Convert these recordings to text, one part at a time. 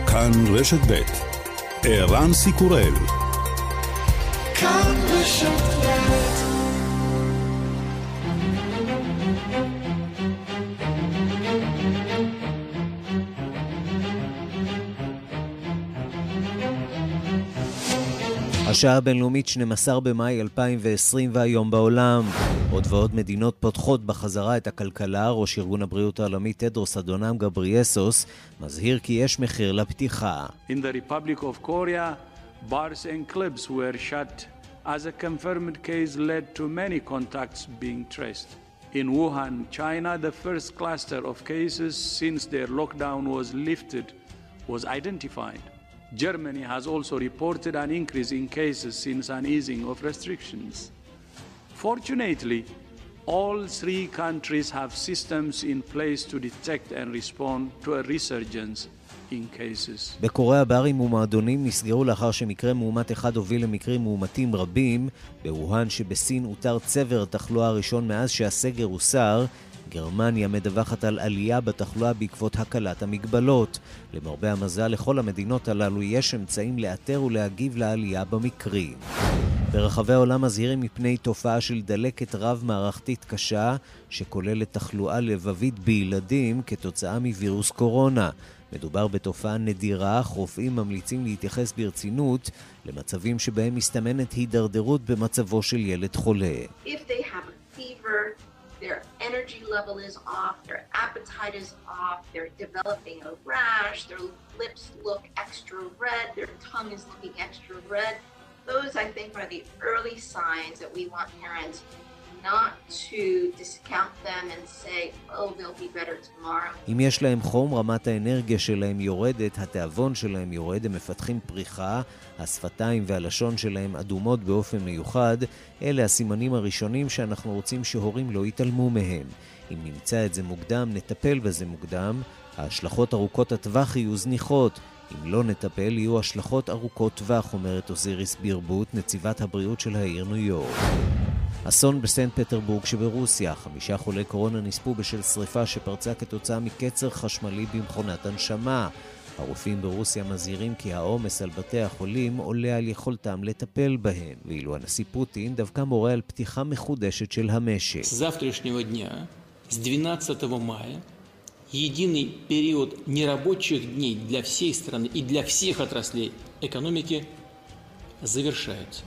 כאן רשת ב' ערן סיקורל. כאן רשת ב'. השעה הבינלאומית 12 במאי 2020 והיום בעולם. עוד ועוד מדינות פותחות בחזרה את הכלכלה. ראש ארגון הבריאות העולמי טדרוס אדונם גבריאסוס מזהיר כי יש מחיר לפתיחה. In the Republic of Korea, bars and clubs were shut as a confirmed case led to many contacts being traced. In Wuhan, China, the first cluster of cases since their lockdown was lifted was identified. Germany has also reported an increase in cases since an easing of restrictions. Fortunately, all three countries have systems in place to detect and respond to a resurgence in cases. בקוריאה ברים ומועדונים נסגרו לאחר שמקרה מאומת אחד הוביל למקרים מאומתים רבים. בווהאן שבסין הותר צבר התחלואה הראשון מאז שהסגר הוסר. גרמניה מדווחת על עלייה בתחלואה בעקבות הקלת המגבלות. למרבה המזל, לכל המדינות הללו יש אמצעים לאתר ולהגיב לעלייה במקרים. ברחבי העולם מזהירים מפני תופעה של דלקת רב-מערכתית קשה, שכוללת תחלואה לבבית בילדים כתוצאה מווירוס קורונה. מדובר בתופעה נדירה, אך רופאים ממליצים להתייחס ברצינות למצבים שבהם מסתמנת הידרדרות במצבו של ילד חולה. If they have a fever, their energy level is off, their appetite is off, they're developing a rash, their lips look extra red, their tongue is looking extra red. Those, I think, are the early signs that we want parents not to discount them and say, oh, they'll be better tomorrow. אם יש להם חום, רמת האנרגיה שלהם יורדת, התיאבון שלהם יורד, הם מפתחים פריחה, השפתיים והלשון שלהם אדומות באופן מיוחד. אלה הסימנים הראשונים שאנחנו רוצים שהורים לא יתעלמו מהם. אם נמצא את זה מוקדם, נטפל בזה מוקדם. ההשלכות ארוכות הטווח יהיו זניחות. אם לא נטפל, יהיו השלכות ארוכות טווח, אומרת אוזיריס בירבוט, נציבת הבריאות של העיר ניו יורק. אסון בסנט פטרבורג שברוסיה. 5 חולי קורונה נספו בשל שריפה שפרצה כתוצאה מקצר חשמלי במכונת הנשמה. הרופאים ברוסיה מזהירים כי העומס על בתי החולים עולה על יכולתם לטפל בהם, ואילו הנשיא פוטין דווקא מורה על פתיחה מחודשת של המשק. С завтрашнего дня, с 12 мая, единый период нерабочих дней для всей страны и для всех отраслей экономики завершается.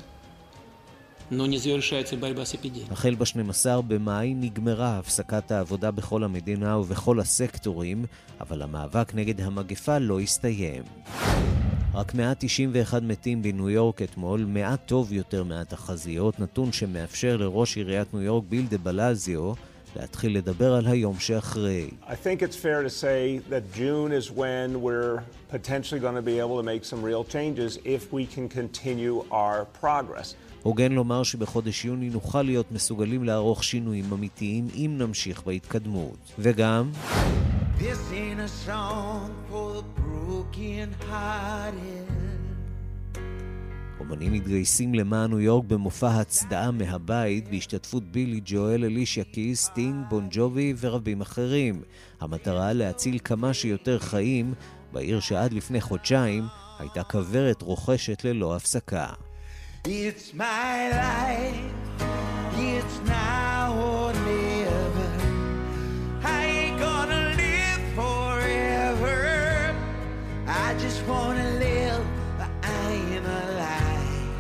Но не завершается борьба с эпидемией. החל ב-12 במאי נגמרה הפסקת העבודה בכל המדינה ובכל הסקטורים, אבל המאבק נגד המגפה לא הסתיים. רק 191 מתים בניו יורק אתמול, מעט טוב יותר מהתחזיות, נתון שמאפשר לראש עיריית ניו יורק ביל דה בלזיו להתחיל לדבר על היום שאחרי. I think it's fair to say that June is when we're potentially going to be able to make some real changes if we can continue our progress. הוגן לומר שבחודש יוני נוכל להיות מסוגלים לערוך שינויים אמיתיים אם נמשיך בהתקדמות. וגם This ain't a song for the broken hearted. אומנים מתגייסים למען ניו יורק במופע הצדעה מהבית בהשתתפות בילי ג'ואל, אלישיה קיס, סטינג, בון ג'ובי ורבים אחרים. המטרה להציל כמה שיותר חיים בעיר שעד לפני חודשיים הייתה כברת רוכשת ללא הפסקה. It's my life, it's now or never. I ain't gonna live forever. I just wanna live, but I am alive.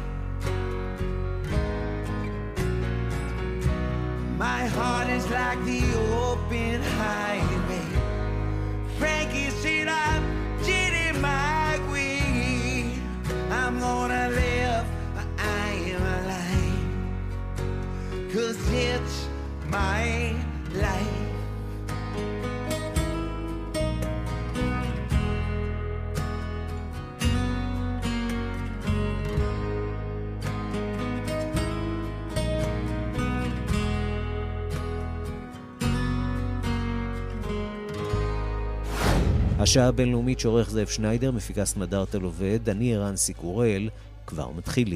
My heart is like the open highway. Frankie said I'm getting my way. I'm gonna live, but I am alive. 'Cause it's my life. השעה הבינלאומית שעורך זאב שניידר, מפיקה סמדארטה לובד, אני ערן סיקורל, כבר מתחילים.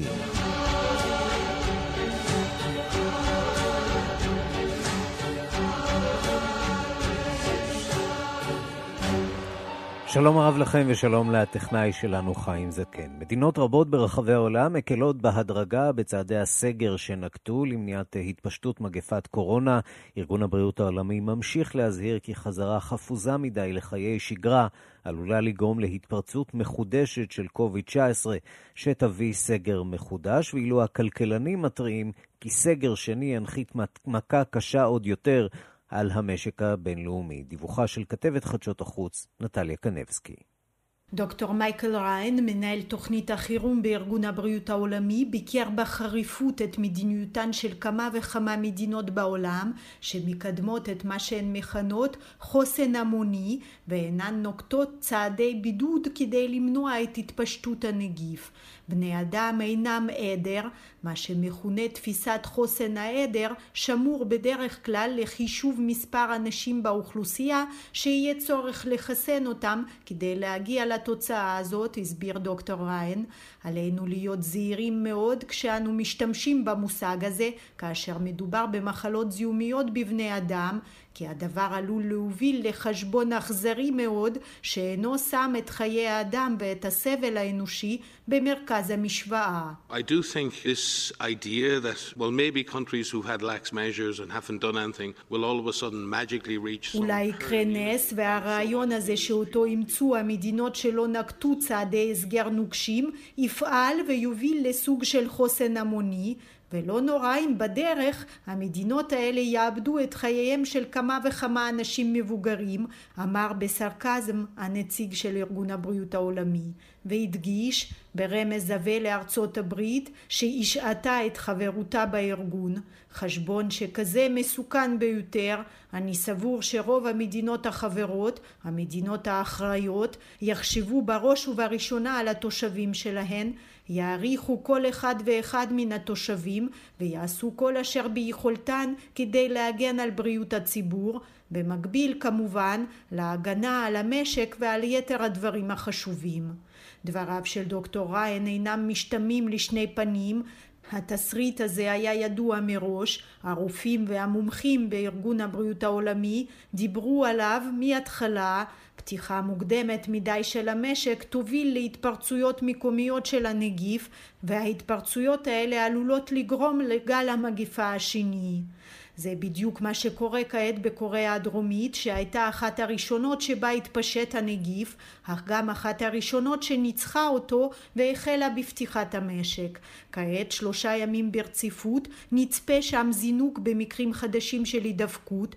שלום רב לכם ושלום לטכנאי שלנו חיים זקן. מדינות רבות ברחבי העולם מקלות בהדרגה בצעדי הסגר שנקטו למניעת התפשטות מגפת קורונה. ארגון הבריאות העולמי ממשיך להזהיר כי חזרה חפוזה מדי לחיי שגרה עלולה לגרום להתפרצות מחודשת של COVID-19 שתביא סגר מחודש, ואילו הכלכלנים מתריעים כי סגר שני ינחית מכה קשה עוד יותר על המשק הבינלאומי. דיווחה של כתבת חדשות החוץ נטליה קנבסקי. דוקטור מייקל ריין, מנהל תוכנית החירום בארגון הבריאות העולמי, ביקר בחריפות את מדיניותן של כמה וכמה מדינות בעולם שמקדמות את מה שהן מכנות חוסן המוני ואינן נוקטות צעדי בידוד כדי למנוע את התפשטות הנגיף. בני אדם אינם עדר, מה שמכונה תפיסת חוסן העדר שמור בדרך כלל לחישוב מספר אנשים באוכלוסייה שיהיה צורך לחסן אותם כדי להגיע לתוצאה הזאת, הסביר דוקטור ריין. עלינו להיות זהירים מאוד כשאנו משתמשים במושג הזה כאשר מדובר במחלות זיהומיות בבני אדם, כי הדבר עלול להוביל לחשבון אכזרי מאוד שאינו שם את חיי האדם ואת הסבל האנושי במרכז המשוואה. I do think this idea that, well, maybe countries who've had lax measures and haven't done anything will all of a sudden magically reach some... אולי יקרה נס, והרעיון הזה שאותו אימצו המדינות שלא נקטו צעדי הסגר נוקשים יפעל ויוביל לסוג של חוסן המוני, ולא נורא אם בדרך המדינות האלה יאבדו את חייהם של כמה וכמה אנשים מבוגרים, אמר בסרקזם הנציג של ארגון הבריאות העולמי, והדגיש ברמז זווה לארצות הברית שהשעתה את חברותה בארגון. חשבון שכזה מסוכן ביותר. אני סבור שרוב המדינות החברות, המדינות האחראיות, יחשבו בראש ובראשונה על התושבים שלהן, יעריכו כל אחד ואחד מן התושבים ויעשו כל אשר ביכולתן כדי להגן על בריאות הציבור, במקביל כמובן להגנה על המשק ועל יתר הדברים החשובים. דבריו של דוקטור ריין אינם משתמים לשני פנים. התסריט הזה היה ידוע מראש. הרופאים והמומחים בארגון הבריאות העולמי דיברו עליו מההתחלה. פתיחה מוקדמת מדי של המשק תוביל להתפרצויות מקומיות של הנגיף, וההתפרצויות האלה עלולות לגרום לגל המגפה השני. זה בדיוק מה שקורה כעת בקוריאה הדרומית, שהייתה אחת הראשונות שבה התפשט הנגיף, אך גם אחת הראשונות שניצחה אותו והחלה בפתיחת המשק. כעת 3 ימים ברציפות נצפה שם זינוק במקרים חדשים של הידבקות,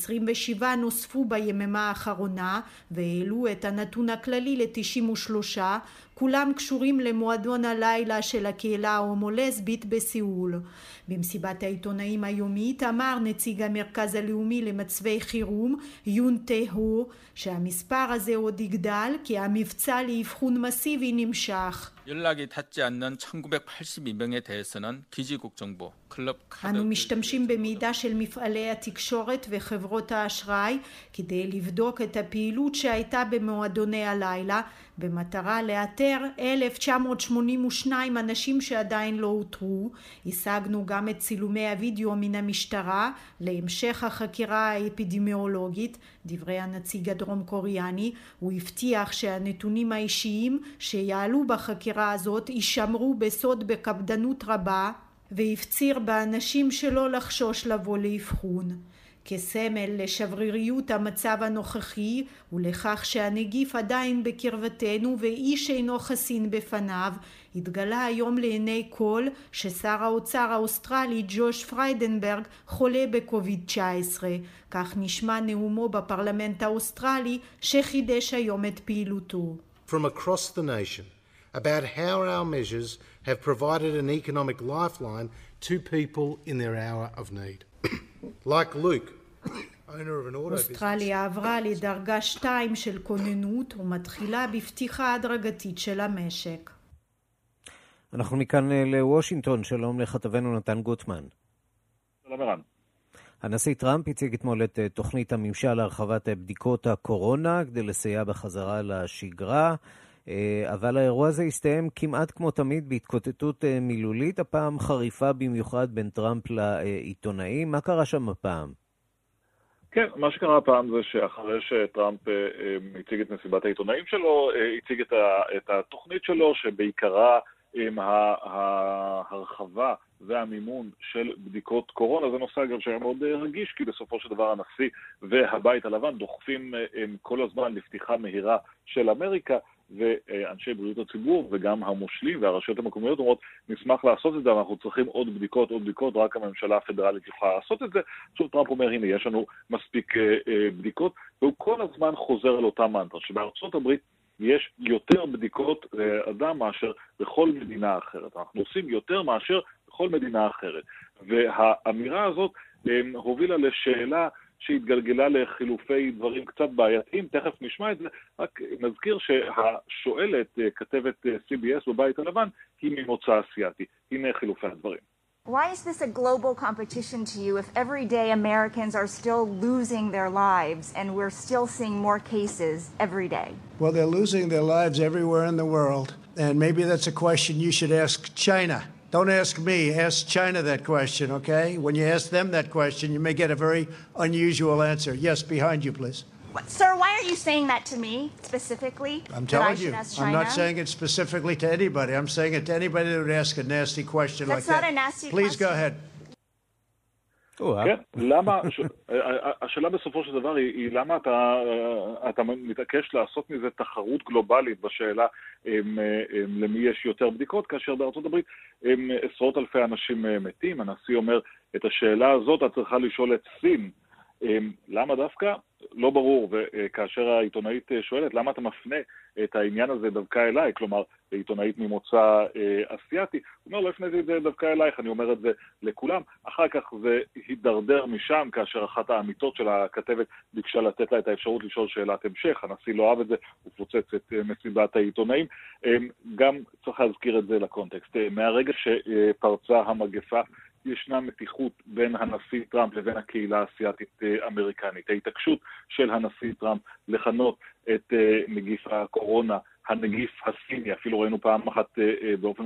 27 נוספו ביממה האחרונה והעלו את הנתון הכללי ל-93, כולם קשורים למועדון הלילה של הקהילה ההומולסבית בסיול. במסיבת העיתונאים היומית אמר נציג המרכז הלאומי למצבי חירום יון טהו שהמספר הזה עוד יגדל כי המבצע לאבחון מסיבי נמשך. 연락이 닿지 않는 1982명에 대해서는 기지국 정보, 클럽 카드... אנו משתמשים במידע של מפעלי התקשורת וחברות האשראי כדי לבדוק את הפעילות שהייתה במועדוני הלילה, במטרה לאתר 1982 אנשים שעדיין לא אותרו. השגנו גם את צילומי הוידאו מן המשטרה להמשך החקירה האפידמיולוגית. דברי הנציג הדרום קוריאני, הוא הבטיח שהנתונים האישיים שיעלו בחקירה הזאת יישמרו בסוד בקפדנות רבה, והפציר באנשים שלא לחשוש לבוא לאבחון. כסמל לשבריריות המצב הנוכחי ולכך שהנגיף עדיין בקרבתנו ואיש אינו חסין בפניו, התגלה היום לעיני כל ששר האוצר האוסטרלי ג'וש פריידנברג חולה בקוביד-19. כך נשמע נאומו בפרלמנט האוסטרלי שחידש היום את פעילותו. From across the nation about how our measures have provided an economic lifeline to people in their hour of need. Like Luke, owner of an auto business. אוסטרליה עברה לדרגה 2 של כוננות ומתחילה בפתיחה הדרגתית של המשק. אנחנו מכאן לוושינגטון. שלום לכתבנו נתן גוטמן. שלום ערן. הנשיא טראמפ הציג אתמול את תוכנית הממשל להרחבת בדיקות הקורונה כדי לסייע בחזרה לשגרה, אבל האירוע הזה הסתיים כמעט כמו תמיד בהתקוטטות מילולית, הפעם חריפה במיוחד בין טראמפ לעיתונאים. מה קרה שם הפעם? כן, מה שקרה פעם זה שאחרי שטראמפ הציג את מסיבת העיתונאים שלו, הציג את התוכנית שלו שבעיקרה ההרחבה והמימון של בדיקות קורונה. זה נושא אגב שהיה מאוד רגיש, כי בסופו של דבר הנשיא והבית הלבן דוחפים כל הזמן לפתיחה מהירה של אמריקה, ואנשי בריאות הציבור וגם המושלים והרשויות המקומיות אומרות, נשמח לעשות את זה, אנחנו צריכים עוד בדיקות, רק הממשלה הפדרלית יכולה לעשות את זה. עכשיו טראמפ אומר, הנה, יש לנו מספיק בדיקות, והוא כל הזמן חוזר על אותה מנטרה, שבארצות הברית יש יותר בדיקות אדם מאשר בכל מדינה אחרת. אנחנו עושים יותר מאשר בכל מדינה אחרת. והאמירה הזאת הובילה לשאלה שהתגלגלה לחילופי דברים קצת בעייתיים, תכף נשמע את זה, רק נזכיר שהשואלת, כתבת CBS בבית הלבן, היא ממוצא אסיאתי. הנה חילופי הדברים. Why is this a global competition to you if every day Americans are still losing their lives and we're still seeing more cases every day? Well, they're losing their lives everywhere in the world, and maybe that's a question you should ask China. Don't ask me, ask China that question, okay? When you ask them that question, you may get a very unusual answer. Yes, behind you, please. What, sir, why are you saying that to me specifically? I'm telling you, I'm not saying it specifically to anybody. I'm saying it to anybody that would ask a nasty question like that. That's not a nasty question. Please go ahead. כן, למה, השאלה בסופו של דבר היא למה אתה מתעקש לעשות מזה תחרות גלובלית בשאלה למי יש יותר בדיקות, כאשר בארצות הברית עשרות אלפי אנשים מתים. הנשיא אומר, את השאלה הזאת את צריכה לשאול את סין. למה דווקא? לא ברור, וכאשר העיתונאית שואלת למה אתה מפנה את העניין הזה דווקא אליי, כלומר עיתונאית ממוצא אסיאתי, הוא אומר לא הפניתי את זה דווקא אלייך, אני אומר את זה לכולם. אחר כך זה הידרדר משם, כאשר אחת האמיתות של הכתבת ביקשה לתת לה את האפשרות לשאול שאלת המשך, הנשיא לא אהב את זה, הוא פוצץ את מסיבת העיתונאים. גם צריך להזכיר את זה לקונטקסט, מהרגע שפרצה המגפה ישנה מתיחות בין הנשיא טראמפ לבין הקהילה האסיאתית אמריקנית. ההתעקשות של הנשיא טראמפ לכנות את נגיף הקורונה, הנגיף הסיני, אפילו ראינו פעם אחת באופן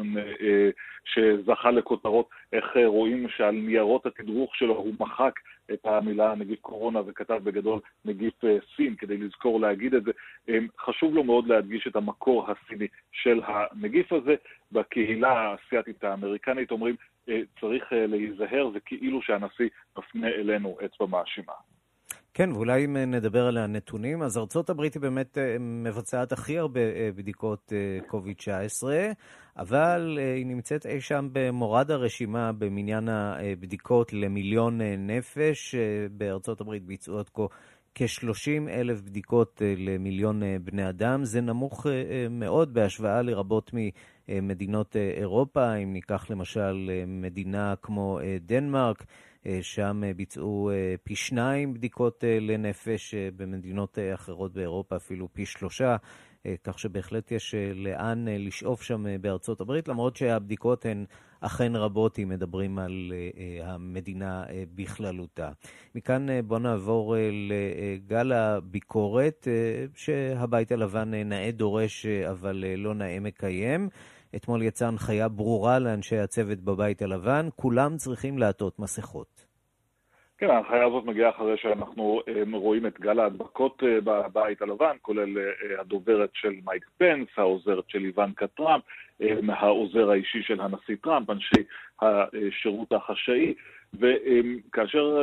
שזכה לכותרות, איך רואים שעל ניירות התדרוך שלו הוא מחק את המילה נגיף קורונה וכתב בגדול נגיף סין, כדי לזכור להגיד את זה. חשוב לו מאוד להדגיש את המקור הסיני של הנגיף הזה. בקהילה האסיאתית האמריקנית אומרים, צריך להיזהר, זה כאילו שהנשיא מפנה אלינו אצבע מאשימה. כן, ואולי אם נדבר על הנתונים, אז ארצות הברית היא באמת מבצעת הכי הרבה בדיקות COVID-19, אבל היא נמצאת אי שם במורד הרשימה במניין הבדיקות למיליון נפש. בארצות הברית ביצעו עד כה כ-30,000 בדיקות למיליון בני אדם. זה נמוך מאוד בהשוואה לרבות ממדינות אירופה. אם ניקח למשל מדינה כמו דנמרק, שם ביצעו פי 2 בדיקות לנפש, במדינות אחרות באירופה אפילו פי 3, כך שבהחלט יש לאן לשאוף שם בארצות הברית, למרות שהבדיקות הן אכן רבות אם מדברים על המדינה בכללותה. מכאן בוא נעבור לגל הביקורת שהבית הלבן נאה דורש אבל לא נאה מקיים. אתמול יצאה הנחיה ברורה לאנשי הצוות בבית הלבן, כולם צריכים לעטות מסכות. כן, ההנחיה הזאת מגיעה אחרי שאנחנו רואים את גל ההדבקות בבית הלבן, כולל הדוברת של מייק פנס, העוזרת של איוונקה טראמפ, העוזר האישי של הנשיא טראמפ, אנשי השירות החשאי, וכאשר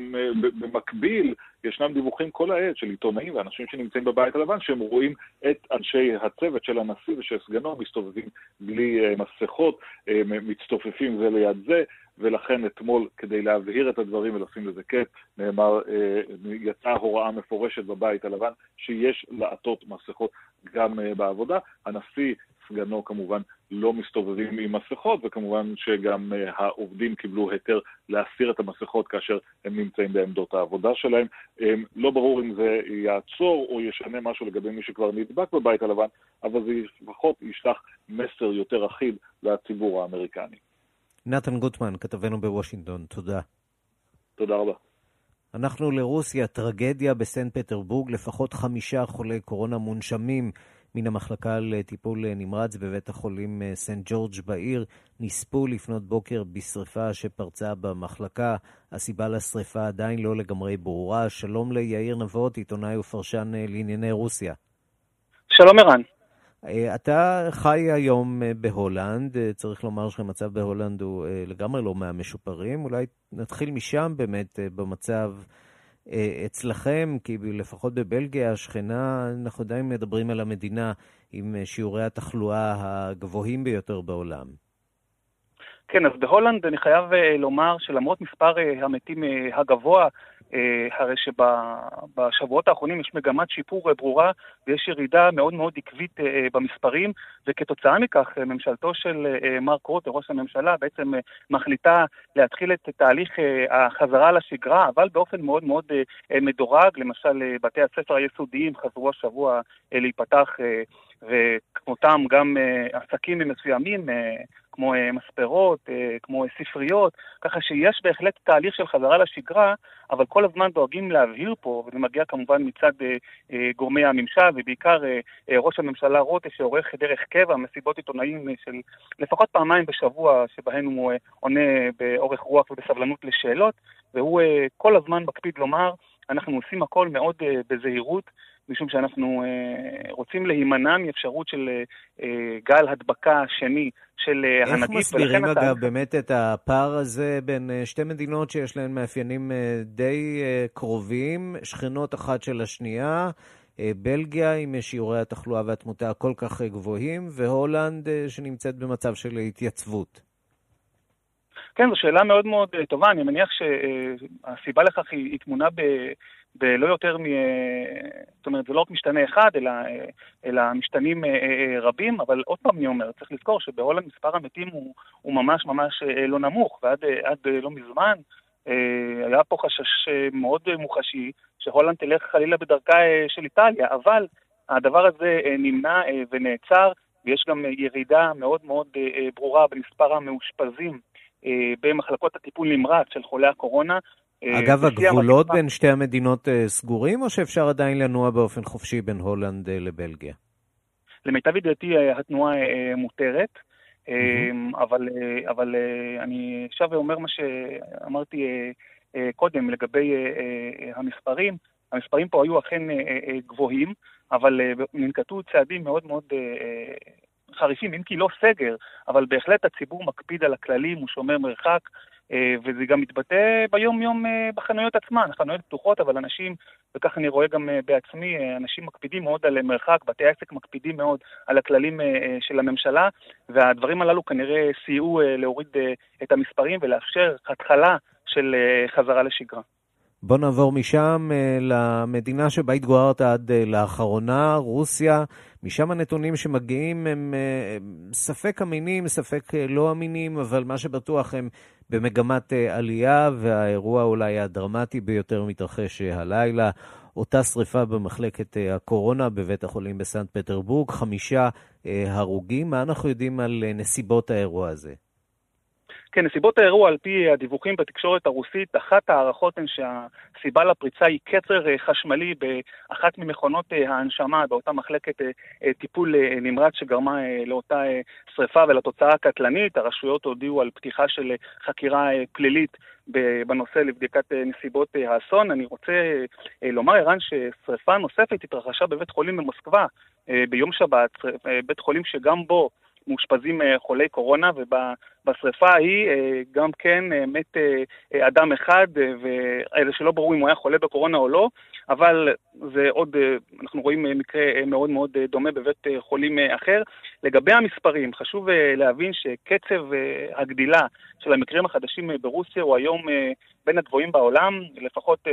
במקביל ישנם דיווחים כל העת של עיתונאים ואנשים שנמצאים בבית הלבן שהם רואים את אנשי הצוות של הנשיא ושל סגנו מסתובבים בלי מסכות, מצטופפים זה ליד זה, ולכן אתמול כדי להבהיר את הדברים ולשים לזה קץ, נאמר, יצאה הוראה מפורשת בבית הלבן שיש לעטות מסכות גם בעבודה. הנשיא, סגנו כמובן לא מסתובבים עם מסכות, וכמובן שגם העובדים קיבלו היתר להסיר את המסכות כאשר הם נמצאים בעמדות העבודה שלהם. לא ברור אם זה יעצור או ישנה משהו לגבי מי שכבר נדבק בבית הלבן, אבל זה לפחות ישלח מסר יותר אחיד לציבור האמריקני. נתן גוטמן, כתבנו בוושינגטון, תודה. תודה רבה. אנחנו לרוסיה, טרגדיה בסנט פטרבורג, לפחות 5 חולי קורונה מונשמים מן המחלקה לטיפול נמרץ בבית החולים סנט ג'ורג' בעיר נספו לפנות בוקר בשריפה שפרצה במחלקה. הסיבה לשריפה עדיין לא לגמרי ברורה. שלום ליאיר נבות, עיתונאי ופרשן לענייני רוסיה. שלום ערן. אתה חי היום בהולנד, צריך לומר שהמצב בהולנד הוא לגמרי לא מהמשופרים. אולי נתחיל משם באמת במצב אצלכם, כי לפחות בבלגיה השכנה אנחנו עדיין מדברים על המדינה עם שיעורי התחלואה הגבוהים ביותר בעולם. כן, אז בהולנד אני חייב לומר שלמרות מספר המתים הגבוה, הרי שבשבועות האחרונים יש מגמת שיפור ברורה ויש ירידה מאוד מאוד עקבית במספרים, וכתוצאה מכך ממשלתו של מרק רוטה, ראש הממשלה, בעצם מחליטה להתחיל את תהליך החזרה לשגרה, אבל באופן מאוד מאוד מדורג. למשל בתי הספר היסודיים חזרו השבוע להיפתח, וכמותם גם עסקים מסוימים כמו מספרות, כמו ספריות, ככה שיש בהחלט תהליך של חזרה לשגרה, אבל כל הזמן דואגים להבהיר פה, וזה מגיע כמובן מצד גורמי הממשל, ובעיקר ראש הממשלה רוטה שעורך דרך קבע מסיבות עיתונאים של לפחות פעמיים בשבוע, שבהן הוא עונה באורך רוח ובסבלנות לשאלות, והוא כל הזמן מקפיד לומר, אנחנו עושים הכל מאוד בזהירות, משום שאנחנו רוצים להימנע מאפשרות של גל הדבקה שני של הנגיף. איך מסבירים אגב באמת את הפער הזה בין שתי מדינות שיש להן מאפיינים די קרובים, שכנות אחת של השנייה, בלגיה עם שיעורי התחלואה והתמותה הכל כך גבוהים, והולנד שנמצאת במצב של התייצבות? כן, זו שאלה מאוד מאוד טובה. אני מניח שהסיבה לכך היא תמונה בלא יותר זאת אומרת, זה לא רק משתנה אחד, אלא משתנים רבים, אבל עוד פעם אני אומר, צריך לזכור שבהולנד מספר המתים הוא ממש ממש לא נמוך, ועד לא מזמן היה פה חשש מאוד מוחשי שהולנד תלך חלילה בדרכה של איטליה, אבל הדבר הזה נמנע ונעצר, ויש גם ירידה מאוד מאוד ברורה במספר המאושפזים במחלקות הטיפול נמרץ של חולי הקורונה. אגב, הגבולות בין שתי המדינות סגורים, או שאפשר עדיין לנוע באופן חופשי בין הולנד לבלגיה? למיטב ידיעתי התנועה מותרת, אבל אני שב ואומר מה שאמרתי קודם לגבי המספרים. המספרים פה היו אכן גבוהים, אבל ננקטו צעדים מאוד מאוד חריפים, אם כי לא סגר, אבל בהחלט הציבור מקפיד על הכללים, הוא שומר מרחק, וזה גם מתבטא ביום יום בחנויות עצמן. החנויות פתוחות, אבל אנשים, וכך אני רואה גם בעצמי, אנשים מקפידים מאוד על מרחק, בתי העסק מקפידים מאוד על הכללים של הממשלה, והדברים הללו כנראה סייעו להוריד את המספרים ולאפשר התחלה של חזרה לשגרה. בוא נעבור משם למדינה שבה התגוררת עד לאחרונה, רוסיה. משם הנתונים שמגיעים הם ספק אמינים, ספק לא אמינים, אבל מה שבטוח הם במגמת עלייה, והאירוע אולי הדרמטי ביותר מתרחש הלילה. אותה שריפה במחלקת הקורונה בבית החולים בסנט פטרבורג, 5 הרוגים. מה אנחנו יודעים על נסיבות האירוע הזה? כן, נסיבות האירוע על פי הדיווחים בתקשורת הרוסית, אחת הערכות הן שהסיבה לפריצה היא קצר חשמלי באחת ממכונות ההנשמה באותה מחלקת טיפול נמרץ שגרמה לאותה שריפה ולתוצאה הקטלנית. הרשויות הודיעו על פתיחה של חקירה פלילית בנושא לבדיקת נסיבות האסון. אני רוצה לומר, ערן, ששריפה נוספת התרחשה בבית חולים במוסקבה ביום שבת, בית חולים שגם בו מאושפזים חולי קורונה, ובשריפה ההיא גם כן מת אדם אחד, ואלה שלא ברור אם הוא היה חולה בקורונה או לא, אבל זה עוד, אנחנו רואים מקרה מאוד מאוד דומה בבית חולים אחר. לגבי המספרים, חשוב להבין שקצב הגדילה של המקרים החדשים ברוסיה הוא היום בין הגבוהים בעולם, לפחות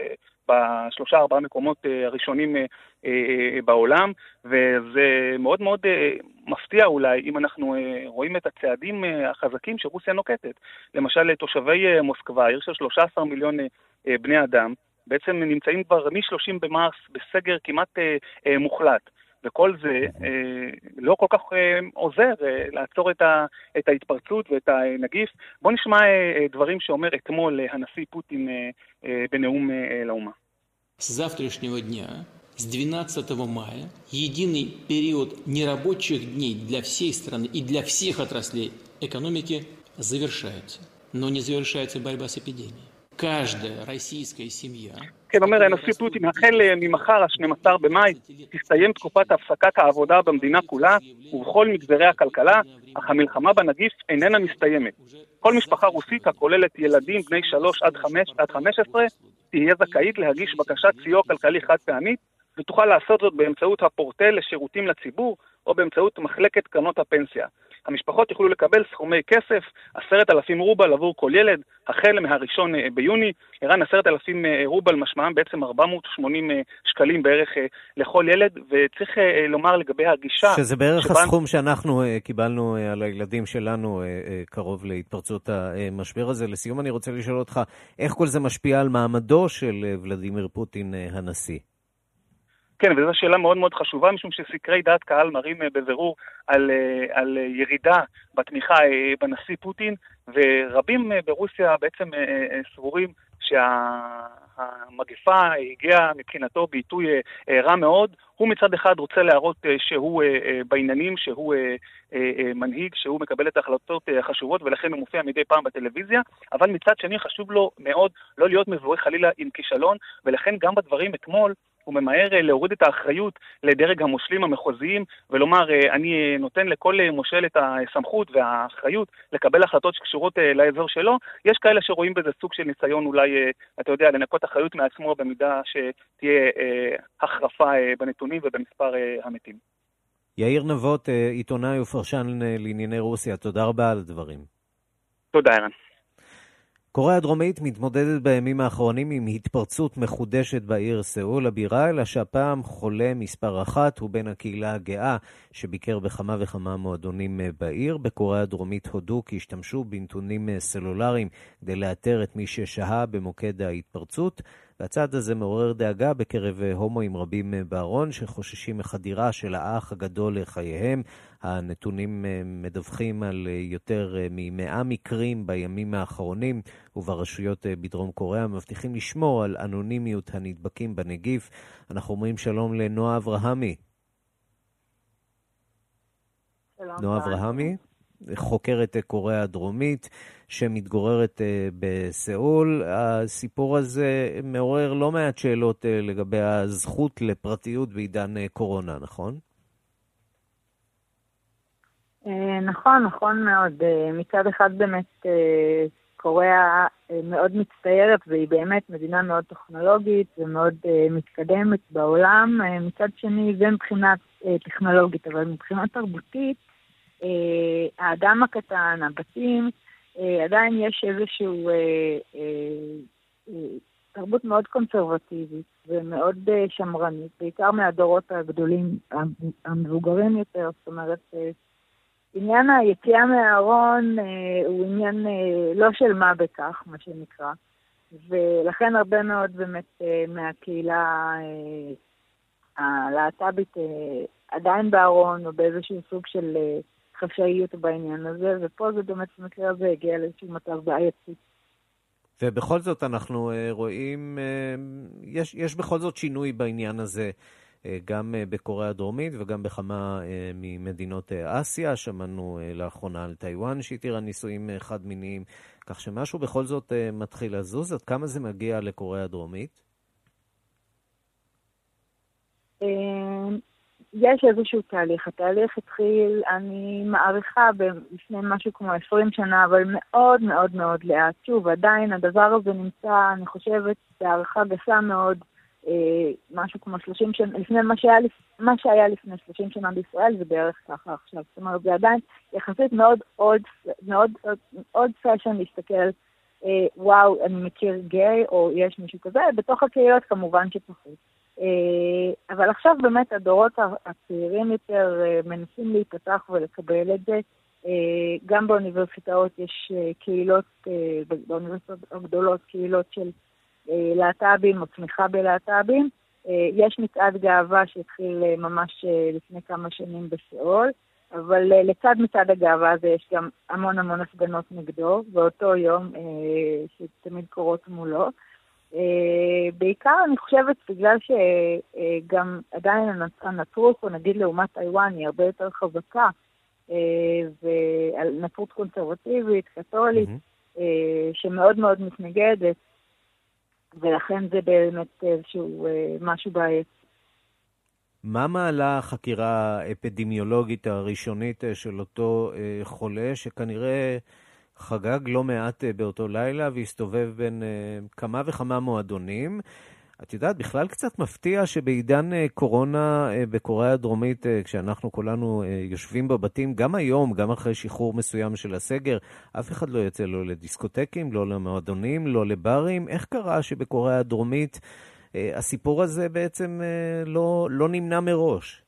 ב3-4 מקומות הראשונים בעולם, וזה מאוד מאוד מפתיע אולי אם אנחנו רואים את הצעדים החזקים שרוסיה נוקטת. למשל, תושבי מוסקבה, עיר של 13 מיליון בני אדם, בעצם נמצאים כבר מ-30 במרס בסגר כמעט מוחלט, וכל זה לא כל כך עוזר לעצור את ההתפרצות ואת הנגיף. בוא נשמע דברים שאומר אתמול הנשיא פוטין בנאום לאומה. С завтрашнего дня С 12 мая единый период нерабочих дней для всей страны и для всех отраслей экономики завершается. Но не завершается борьба с эпидемией. Каждая российская семья... כן, אומר הנשיא פוטין, החל ממחר, 12 במאי, תסתיים תקופת הפסקת העבודה במדינה כולה ובכל מגזרי הכלכלה, אך המלחמה בנגיף איננה מסתיימת. כל משפחה רוסית הכוללת ילדים בני 3 עד 15 תהיה זכאית להגיש בקשת סיוע כלכלי חד פעמית, ותוכל לעשות זאת באמצעות הפורטל לשירותים לציבור או באמצעות מחלקת קרנות הפנסיה. המשפחות יוכלו לקבל סכומי כסף, 10,000 רובל עבור כל ילד, החל מהראשון ביוני, ערן 10,000 רובל משמעם בעצם 480 שקלים בערך לכל ילד, וצריך לומר לגבי הגישה... שזה בערך הסכום שאנחנו קיבלנו על הילדים שלנו קרוב להתפרצות המשבר הזה. לסיום אני רוצה לשאול אותך, איך כל זה משפיע על מעמדו של ולדימיר פוטין הנשיא? כן, וזו שאלה מאוד מאוד חשובה, משום שסקרי דעת קהל מראים בבירור על ירידה בתמיכה בנשיא פוטין, ורבים ברוסיה בעצם סבורים שהמגפה הגיעה מבחינתו בעיתוי רע מאוד. הוא מצד אחד רוצה להראות שהוא בעניינים, שהוא מנהיג, שהוא מקבל את ההחלטות החשובות, ולכן הוא מופיע מדי פעם בטלוויזיה, אבל מצד שני חשוב לו מאוד לא להיות מבואר חלילה עם כישלון, ולכן גם בדברים אתמול הוא ממהר להוריד את האחריות לדרג המושלים המחוזיים, ולומר, אני נותן לכל מושל את הסמכות והאחריות לקבל החלטות שקשורות לאזור שלו. יש כאלה שרואים בזה סוג של ניסיון אולי, אתה יודע, לנקות אחריות מעצמו במידה שתהיה החרפה בנתונים ובמספר המתים. יאיר נבות, עיתונאי ופרשן לענייני רוסיה, תודה רבה על הדברים. תודה, ערן. קוריאה הדרומית מתמודדת בימים האחרונים עם התפרצות מחודשת בעיר סאול הבירה, אלא שהפעם חולה מספר 1 הוא בין הקהילה הגאה שביקר בכמה וכמה מועדונים בעיר. בקוריאה הדרומית הודו כי השתמשו בנתונים סלולריים כדי לאתר את מי ששהה במוקד ההתפרצות, והצעד הזה מעורר דאגה בקרב הומואים רבים בארון שחוששים מחדירה של האח הגדול לחייהם. הנתונים מדווחים על יותר מ100 מקרים בימים האחרונים, וברשויות בדרום קוריאה מבטיחים לשמור על אנונימיות הנדבקים בנגיף. אנחנו אומרים שלום לנועה אברהמי. נועה אברהמי, חוקרת קוריאה הדרומית שמתגוררת בסאול. הסיפור הזה מעורר לא מעט שאלות לגבי הזכות לפרטיות בעידן קורונה, נכון? נכון מאוד. מצד אחד באמת קוריאה מאוד מצטיירת, והיא באמת מדינה מאוד טכנולוגית ומאוד מתקדמת בעולם. מצד שני זה מבחינת טכנולוגית, אבל מבחינת תרבותית, האדם הקטן, הבתים, עדיין יש איזשהו תרבות מאוד קונסרבטיבית ומאוד שמרנית, בעיקר מהדורות הגדולים, המבוגרים יותר. זאת אומרת, עניין היציאה מהארון הוא עניין לא של מה בכך, מה שנקרא, ולכן הרבה מאוד באמת מהקהילה הלהט"בית עדיין בארון או באיזשהו סוג של חשאיות בעניין הזה, ופה זה באמת במקרה הזה הגיע לאיזשהו מצב בעייתי. ובכל זאת אנחנו רואים, יש בכל זאת שינוי בעניין הזה, גם בקוריאה הדרומית וגם בכמה ממדינות אסיה. שמענו לאחרונה על טיואן שהתירה נישואים חד מיניים, כך שמשהו בכל זאת מתחיל לזוז. עד כמה זה מגיע לקוריאה הדרומית? יש איזשהו תהליך. התהליך התחיל, אני מעריכה, לפני משהו כמו 20 שנה, אבל מאוד מאוד מאוד לאט. שוב, עדיין הדבר הזה נמצא, אני חושבת, בהערכה גסה מאוד, משהו כמו 30 שנה, לפני מה שהיה לפני 30 שנה בישראל, זה בערך ככה עכשיו. זאת אומרת, זה עדיין יחסית מאוד פשן להסתכל, וואו, אני מכיר גיי, או יש מישהו כזה, בתוך הקהילות כמובן שפחות. אבל עכשיו באמת הדורות הצעירים יותר מנסים להיפתח ולקבל את זה. גם באוניברסיטאות יש קהילות, באוניברסיטאות הגדולות קהילות של להט"בים או צמיחה בלהט"בים. יש מצעד גאווה שהתחיל ממש לפני כמה שנים בסאול, אבל לצד מצעד הגאווה הזה יש גם המון הפגנות נגדו, באותו יום שתמיד קורות מולו. בעיקר אני חושבת בגלל שגם עדיין הנצרות פה, נגיד לעומת טיואן, היא הרבה יותר חזקה, ונצרות קונסרבטיבית, קתולית, שמאוד מאוד מתנגדת, ולכן זה באמת איזשהו משהו בעייתי. מה מעלה החקירה האפידמיולוגית הראשונית של אותו חולה, שכנראה חגג לא מעט באותו לילה והסתובב בין כמה וכמה מועדונים? את יודעת, בכלל קצת מפתיע שבעידן קורונה בקוריאה הדרומית, כשאנחנו כולנו יושבים בבתים, גם היום, גם אחרי שחרור מסוים של הסגר, אף אחד לא יוצא לא לדיסקוטקים, לא למועדונים, לא לברים. איך קרה שבקוריאה הדרומית הסיפור הזה בעצם לא נמנע מראש?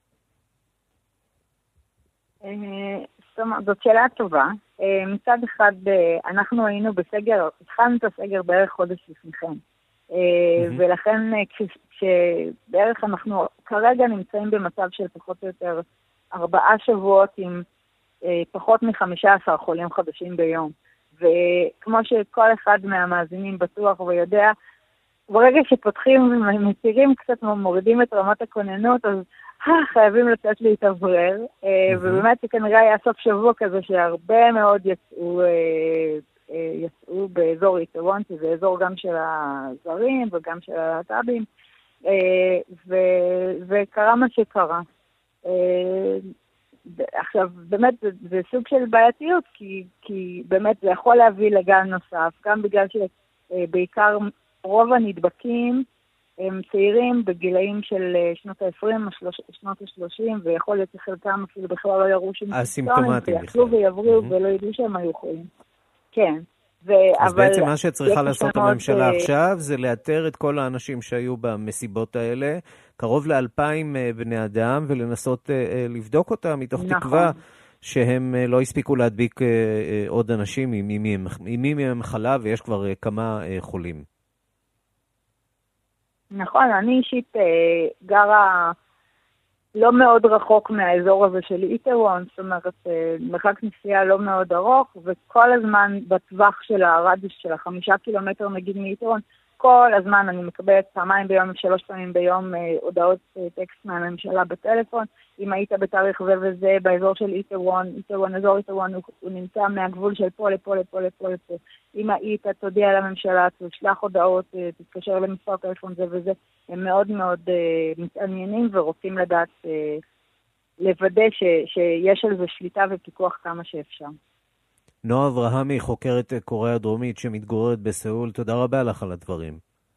זאת שאלה טובה. מצד אחד, אנחנו היינו בסגר, התחלנו את הסגר בערך חודש לפניכם. ולכן כשבערך אנחנו כרגע נמצאים במצב של פחות או יותר 4 שבועות עם פחות מ-15 חולים חדשים ביום. וכמו שכל אחד מהמאזינים בטוח ויודע, ברגע שפותחים ומתירים קצת מורידים את רמת הכוננות, אז חייבים לצאת להתאוורר, ובאמת כנראה היה סוף שבוע כזה שהרבה מאוד יצאו באזור איטוואן, שזה אזור גם של הזרים וגם של הלהט"בים, וקרה מה שקרה. עכשיו, באמת זה סוג של בעייתיות, כי באמת זה יכול להביא לגל נוסף, גם בגלל שבעיקר רוב הנדבקים הם צעירים בגילאים של שנות ה-20, שנות ה-30, ויכול להיות שחלקם אפילו בכלל לא יראו אסימפטומטיים בכלל. ויחלו ויבריאו ולא ידעו שהם היו חולים. כן. אז בעצם מה שצריכה לעשות הממשלה עכשיו זה לאתר את כל האנשים שהיו במסיבות האלה, קרוב ל2,000 בני אדם, ולנסות לבדוק אותם מתוך תקווה שהם לא הספיקו להדביק עוד אנשים עם מי מחלה, ויש כבר כמה חולים. נכון, אני אישית גרה לא מאוד רחוק מהאזור הזה של איטוואן, זאת אומרת, מרחק נסיעה לא מאוד ארוך, וכל הזמן בטווח של הרדיוס של 5 קילומטר נגיד מאיטוואן, כל הזמן אני מקבלת 2 ביום, 3 פעמים ביום הודעות טקסט מהממשלה בטלפון. אם היית בתאריך וזה באזור של איטוואן, אזור איטוואן הוא נמצא מהגבול של פה לפה לפה לפה לפה. אם היית תודיע לממשלה, תשלח הודעות, תתקשר למספר טלפון זה וזה. הם מאוד מאוד מתעניינים ורוצים לדעת, לוודא שיש על זה שליטה ופיקוח כמה שאפשר. נועה אברהמי, חוקרת קוריאה הדרומית שמתגוררת בסאול, תודה רבה לך על הדברים.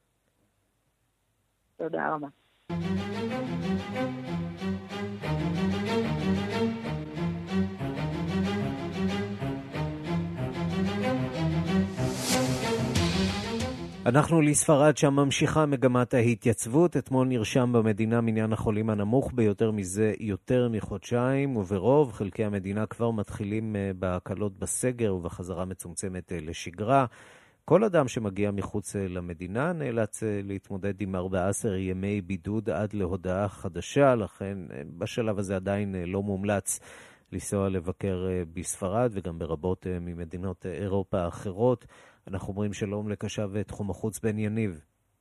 תודה רבה. אנחנו לספרד שם ממשיכה מגמת ההתייצבות. אתמול נרשם במדינה מניין החולים הנמוך ביותר מזה יותר מחודשיים, וברוב חלקי המדינה כבר מתחילים בהקלות בסגר ובחזרה מצומצמת לשגרה. כל אדם שמגיע מחוץ למדינה נאלץ להתמודד עם 14 ימי בידוד עד להודעה חדשה, לכן בשלב הזה עדיין לא מומלץ לנסוע לבקר בספרד וגם ברבות ממדינות אירופה האחרות. אנחנו אומרים שלום לקשב תחום החוץ בן יניב.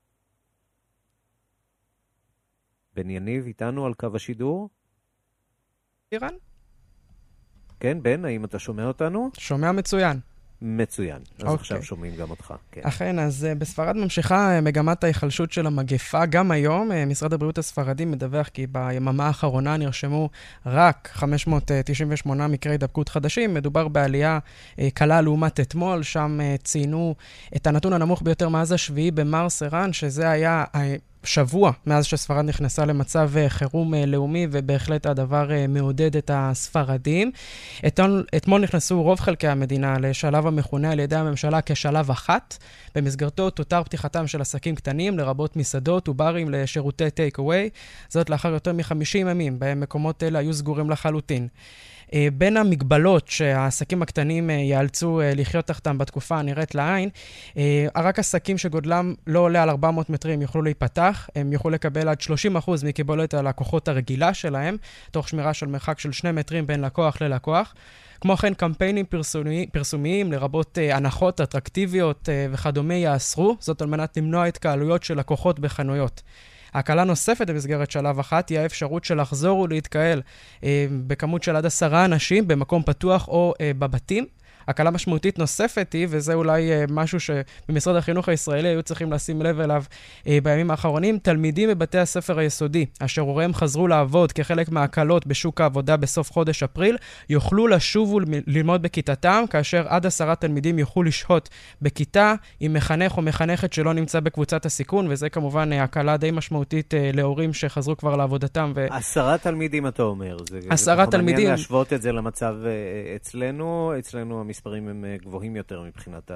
בן יניב איתנו על קו השידור? אירן? כן, בן, האם אתה שומע אותנו? שומע מצוין. מצוין. אז עכשיו שומעים גם אותך. כן. אכן, אז בספרד ממשיכה מגמת ההיחלשות של המגפה. גם היום משרד הבריאות הספרדי מדווח כי ביממה האחרונה נרשמו רק 598 מקרי הידבקות חדשים. מדובר בעלייה קלה לעומת אתמול, שם ציינו את הנתון הנמוך ביותר מאז 7 במרס ערן, שזה היה שבוע מאז שספרד נכנסה למצב חירום לאומי, ובהחלט הדבר מעודד את הספרדים. אתמול נכנסו רוב חלקי המדינה לשלב המכונה על ידי הממשלה כשלב 1, במסגרתו תותר פתיחתם של עסקים קטנים, לרבות מסעדות וברים לשירותי טייק אווי, זאת לאחר יותר מ50 ימים, בהם מקומות אלה היו סגורים לחלוטין. בין המגבלות שהעסקים הקטנים יאלצו לחיות תחתם בתקופה הנראית לעין, רק עסקים שגודלם לא עולה על 400 מטרים יוכלו להיפתח, הם יוכלו לקבל עד 30% מקיבולת הלקוחות הרגילה שלהם, תוך שמירה של מרחק של 2 מטרים בין לקוח ללקוח. כמו כן, קמפיינים פרסומיים, לרבות הנחות אטרקטיביות וכדומה יאסרו, זאת על מנת למנוע התקהלויות של לקוחות בחנויות. הקלה נוספת במסגרת שלב אחת היא האפשרות של לחזור ולהתקהל בכמות של עד 10 אנשים במקום פתוח או בבתים. הקלה משמעותית נוספת היא, וזה אולי משהו שבמשרד החינוך הישראלי היו צריכים לשים לב אליו בימים האחרונים, תלמידים בבתי הספר היסודי, אשר הוריהם חזרו לעבוד כחלק מהקלות בשוק העבודה בסוף חודש אפריל, יוכלו לשוב וללמוד בכיתתם, כאשר עד 10 תלמידים יוכלו לשהות בכיתה עם מחנך או מחנכת שלא נמצא בקבוצת הסיכון, וזה כמובן הקלה די משמעותית להורים שחזרו כבר לעבודתם. 10 תלמידים אתה אומר. 10 תלמידים. מעניין להשוות את זה למצב אצלנו המספרים הם גבוהים יותר מבחינת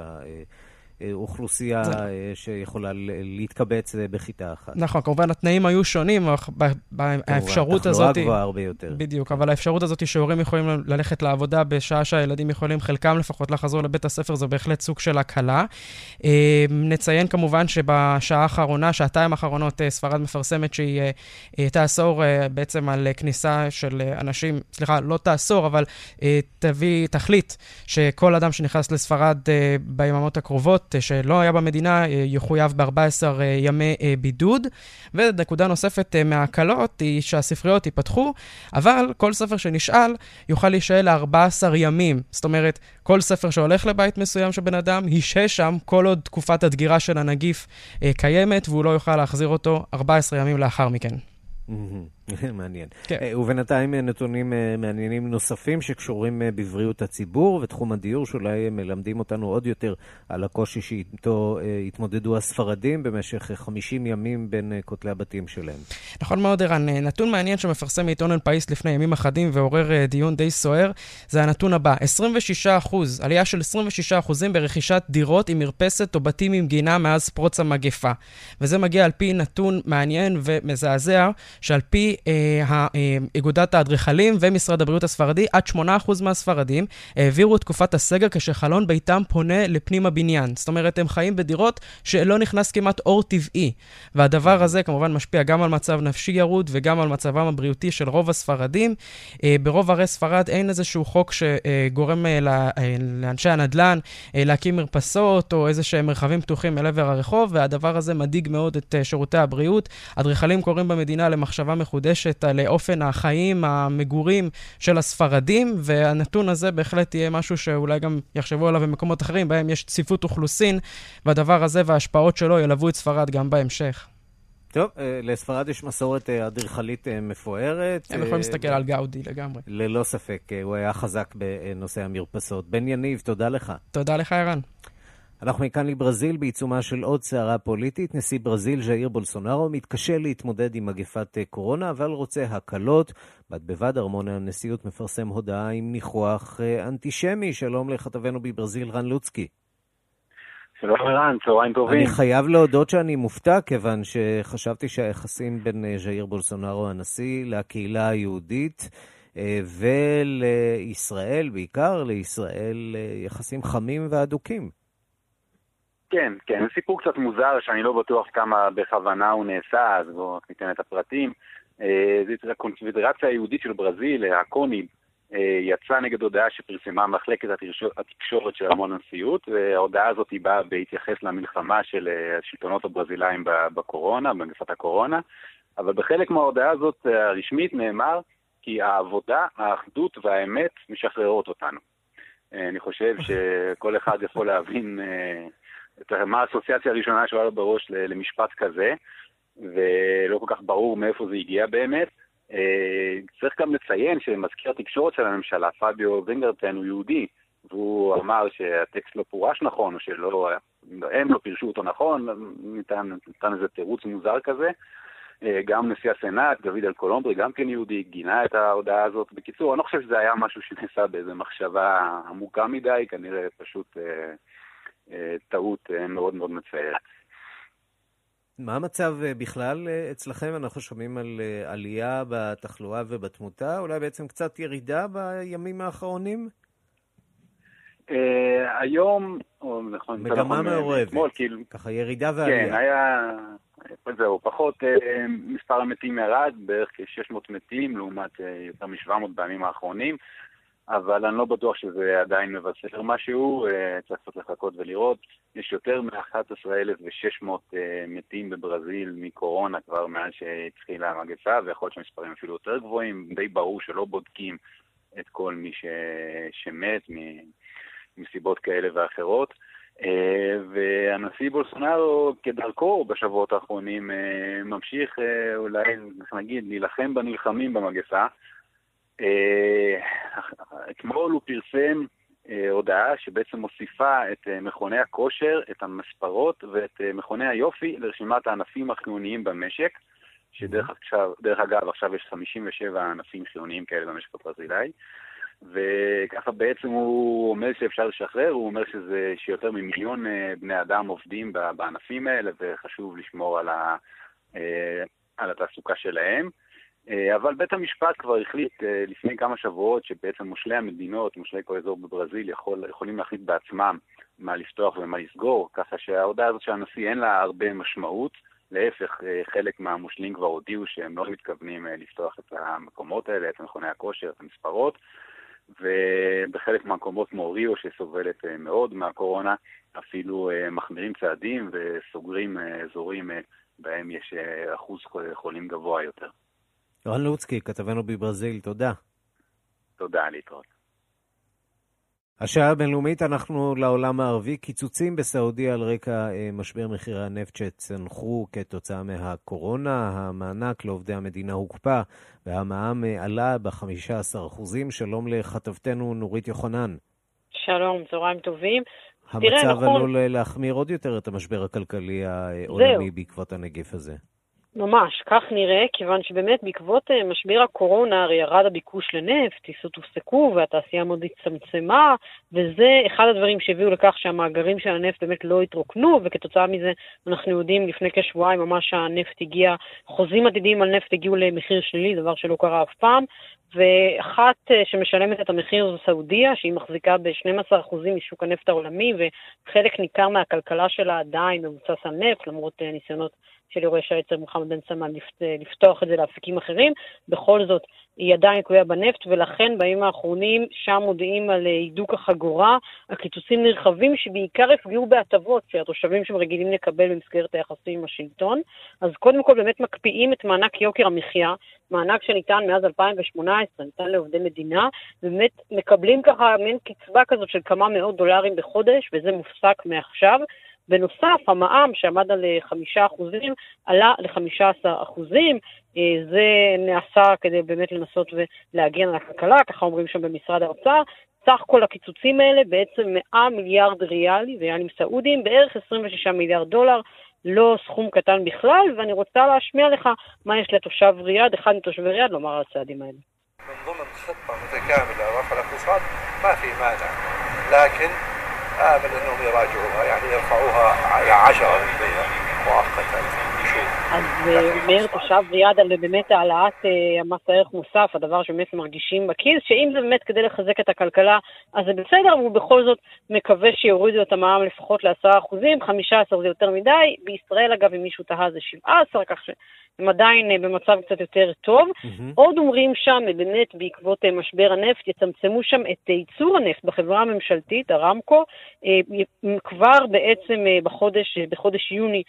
האוכלוסייה שיכולה להתקבץ בכיתה אחת. נכון, כמובן התנאים היו שונים, האפשרות הזאת... תחלואה גבוהה הרבה יותר. בדיוק, אבל האפשרות הזאת שהורים יכולים ללכת לעבודה בשעה שהילדים יכולים, חלקם לפחות לחזור לבית הספר, זה בהחלט סוג של הקלה. נציין כמובן שבשעה האחרונה, שעתיים האחרונות, ספרד מפרסמת שהיא תאסור בעצם על כניסה של אנשים, סליחה, לא תאסור, אבל תחליט שכל אדם שנכנס לספרד ביממות הקרובות, שלא היה במדינה, יחויב ב14 ימי בידוד. ונקודה נוספת מההקלות היא שהספריות ייפתחו, אבל כל ספר שנשאל יוכל להישאל ל14 ימים. זאת אומרת, כל ספר שהולך לבית מסוים של בן אדם, ישהה שם כל עוד תקופת הדגירה של הנגיף קיימת, והוא לא יוכל להחזיר אותו 14 ימים לאחר מכן. מעניין. ובינתיים נתונים מעניינים נוספים שקשורים בבריאות הציבור ותחום הדיור, שאולי מלמדים אותנו עוד יותר על הקושי שאיתו התמודדו הספרדים במשך 50 ימים בין כותלי הבתים שלהם. נכון מאוד, ערן. נתון מעניין שמפרסם מעיתון אל פאיס לפני ימים אחדים ועורר דיון די סוער, זה הנתון הבא. 26%, עלייה של 26% ברכישת דירות עם מרפסת או בתים עם גינה מאז פרוץ המגפה. וזה מגיע על פי נתון מעניין ומזעזע, שעל פי איגודת האדריכלים ומשרד הבריאות הספרדי, עד 8% מהספרדים העבירו את תקופת הסגר כשחלון ביתם פונה לפנים הבניין. זאת אומרת, הם חיים בדירות שלא נכנס כמעט אור טבעי. והדבר הזה כמובן משפיע גם על מצב נפשי ירוד וגם על מצבם הבריאותי של רוב הספרדים. ברוב ערי ספרד אין איזשהו חוק שגורם לאנשי הנדל"ן להקים מרפסות או איזשהם מרחבים פתוחים אל עבר הרחוב, והדבר הזה מדאיג מאוד את שירותי הבריאות. אדריכלים קוראים במדינה למחשבה מחודשת על אופן החיים, המגורים של הספרדים, והנתון הזה בהחלט יהיה משהו שאולי גם יחשבו עליו במקומות אחרים, בהם יש צפיפות אוכלוסין, והדבר הזה וההשפעות שלו ילוו את ספרד גם בהמשך. טוב, לספרד יש מסורת אדריכלית מפוארת. הם יכולים להסתכל על גאודי לגמרי. ללא ספק, הוא היה חזק בנושא המרפסות. בן יניב, תודה לך. תודה לך, ערן. אנחנו מכאן לברזיל בעיצומה של עוד סערה פוליטית. נשיא ברזיל ז'איר בולסונארו מתקשה להתמודד עם מגפת קורונה, אבל רוצה הקלות. בד בבד ארמון הנשיאות מפרסם הודעה עם ניחוח אנטישמי. שלום לכתבנו בברזיל רן לוצקי. שלום ערן, צהריים טובים. אני חייב להודות שאני מופתע, כיוון שחשבתי שהיחסים בין ז'איר בולסונארו הנשיא לקהילה היהודית ולישראל, בעיקר לישראל, יחסים חמים ואדוקים. כן, זה סיפור קצת מוזר שאני לא בטוח כמה בכוונה הוא נעשה, אז בואו ניתן את הפרטים. זה הקונפדרציה היהודית של ברזיל, הקוני, יצאה נגד הודעה שפרסמה מחלקת התקשורת של ארמון הנשיאות, וההודעה הזאת היא באה בהתייחס למלחמה של השלטונות הברזילאים בקורונה, במגפת הקורונה, אבל בחלק מההודעה הזאת הרשמית נאמר כי העבודה, האחדות והאמת משחררות אותנו. אני חושב שכל אחד יכול להבין מה האסוציאציה הראשונה שעולה בראש למשפט כזה, ולא כל כך ברור מאיפה זה הגיע באמת. צריך גם לציין שמזכיר התקשורת של הממשלה, פאביו וינגרטן, הוא יהודי, והוא אמר שהטקסט לא פורש נכון, או שהם לא פירשו אותו נכון, ניתן איזה תירוץ מוזר כזה. גם נשיא הסנאט, דוד אלקולומברי, גם כן יהודי, גינה את ההודעה הזאת. בקיצור, אני לא חושב שזה היה משהו שנעשה באיזו מחשבה עמוקה מדי, כנראה פשוט טעות מאוד מאוד מצערת. מה המצב בכלל אצלכם? אנחנו שומעים על עלייה בתחלואה ובתמותה, אולי בעצם קצת ירידה בימים האחרונים? היום, נכון, מגמה מעורבת, ככה ירידה ועלייה. כן, היה, זהו, פחות, מספר המתים ירד, בערך כ-600 מתים, לעומת יותר מ-700 בימים האחרונים, אבל אני לא בטוח שזה עדיין מבשר משהו, צריך קצת לחכות ולראות. יש יותר מ-11,600 מתים בברזיל מקורונה כבר מאז שהתחילה המגפה, ויכול להיות שהמספרים אפילו יותר גבוהים, די ברור שלא בודקים את כל מי שמת מסיבות כאלה ואחרות. והנשיא בולסונארו כדרכו בשבועות האחרונים ממשיך אולי נגיד להילחם בנלחמים במגפה. אתמול הוא פרסם הודעה שבעצם מוסיפה את מכוני הכושר, את המספרות ואת מכוני היופי לרשימת הענפים החיוניים במשק, שדרך אגב עכשיו יש 57 ענפים חיוניים כאלה במשק הברזילאי, וככה בעצם הוא אומר שאפשר לשחרר, הוא אומר שיותר ממיליון בני אדם עובדים בענפים האלה וחשוב לשמור על התעסוקה שלהם. אבל בית המשפט כבר החליט לפני כמה שבועות שבעצם מושלי המדינות, מושלי כל אזור בברזיל יכולים להחליט בעצמם מה לפתוח ומה לסגור, ככה שההודעה הזאת שהנשיא אין לה הרבה משמעות, להפך חלק מהמושלים כבר הודיעו שהם לא מתכוונים לפתוח את המקומות האלה, את מכוני הכושר, את המספרות, ובחלק מהמקומות כמו ריו שסובלת מאוד מהקורונה, אפילו מחמירים צעדים וסוגרים אזורים בהם יש אחוז חולים גבוה יותר. רן לוצקי, כתבנו בברזיל, תודה. תודה, להתראות. השעה הבינלאומית, אנחנו לעולם הערבי, קיצוצים בסעודיה על רקע משבר מחירי הנפט שצנחו כתוצאה מהקורונה, המענק לעובדי המדינה הוקפא והמע"מ עלה ב-15%. שלום לכתבתנו נורית יוחנן. שלום, צהריים טובים. המצב עלול להחמיר עוד יותר את המשבר הכלכלי העולמי בעקבות הנגיף הזה. ממש, כך נראה, כיוון שבאמת בעקבות משבר הקורונה הרי ירד הביקוש לנפט, טיסות הופסקו והתעשייה מאוד הצטמצמה, וזה אחד הדברים שהביאו לכך שהמאגרים של הנפט באמת לא התרוקנו, וכתוצאה מזה אנחנו יודעים לפני כשבועיים ממש הנפט הגיע, חוזים עתידיים על נפט הגיעו למחיר שלילי, דבר שלא קרה אף פעם, ואחת שמשלמת את המחיר זו סעודיה, שהיא מחזיקה ב-12% משוק הנפט העולמי, וחלק ניכר מהכלכלה שלה עדיין מבוסס על נפט, למרות ניסיונות של יורש העצר מוחמד בן סלמן לפתוח את זה לאפיקים אחרים. בכל זאת היא עדיין תלויה בנפט, ולכן בימים האחרונים שם מודיעים על הידוק החגורה, הקיצוצים נרחבים שבעיקר יפגעו בהטבות שהתושבים שם רגילים לקבל במסגרת היחסים עם השלטון. אז קודם כל באמת מקפיאים את מענק יוקר המחיה, מענק שניתן מאז 2018, ניתן לעובדי מדינה, ובאמת מקבלים ככה מין קצבה כזאת של כמה מאות דולרים בחודש, וזה מופסק מעכשיו. בנוסף, המע"מ שעמד על 5% עלה ל-15%. זה נעשה כדי באמת לנסות ולהגן על הכלכלה, ככה אומרים שם במשרד האוצר. סך כל הקיצוצים האלה בעצם 100 מיליארד ריאלי, ויאנים סעודים, בערך 26 מיליארד דולר, לא סכום קטן בכלל, ואני רוצה להשמיע לך מה יש לתושב ריאד, אחד מתושבי ריאד, לומר על הצעדים האלה. من ضمن خطة متكاملة رفع الاقتصاد ما في مانع، لكن آمل أنهم يراجعوها يعني يرفعوها 10% مؤقتا. אז אומר תושב ריאד על באמת העלאת המס הערך מוסף, הדבר שבאמת מרגישים בכיס, שאם זה באמת כדי לחזק את הכלכלה, אז זה בסדר, והוא בכל זאת מקווה שיורידו את המע"מ לפחות ל10%, 15 זה יותר מדי, בישראל אגב אם מישהו תהה זה 17, כך שהם עדיין במצב קצת יותר טוב. עוד אומרים שם, באמת בעקבות משבר הנפט, יצמצמו שם את ייצור הנפט בחברה הממשלתית, הרמקו, כבר בעצם בחודש יוני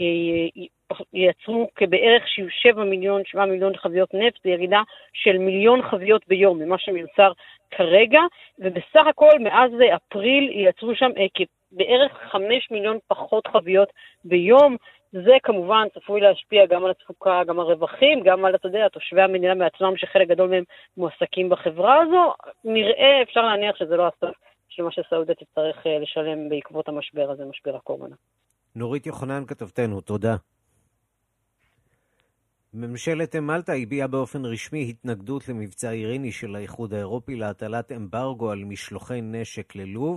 ייצרו כבערך 7 מיליון חביות נפט, זה ירידה של 1,000,000 חביות ביום, ממה שמיוצר כרגע, ובסך הכל מאז אפריל ייצרו שם בערך 5 מיליון פחות חביות ביום. זה כמובן צפוי להשפיע גם על התפוקה, גם על רווחים, גם על, אתה יודע, תושבי המדינה בעצמם שחלק גדול מהם מועסקים בחברה הזו. נראה, אפשר להניח שזה לא הסוף של מה שסעודיה תצטרך לשלם בעקבות המשבר הזה, משבר הקורונה. נורית יוחנן, כתבתנו, תודה. ממשלת מלטה הביעה באופן רשמי התנגדות למבצע איראני של האיחוד האירופי להטלת אמברגו על משלוחי נשק ללוב.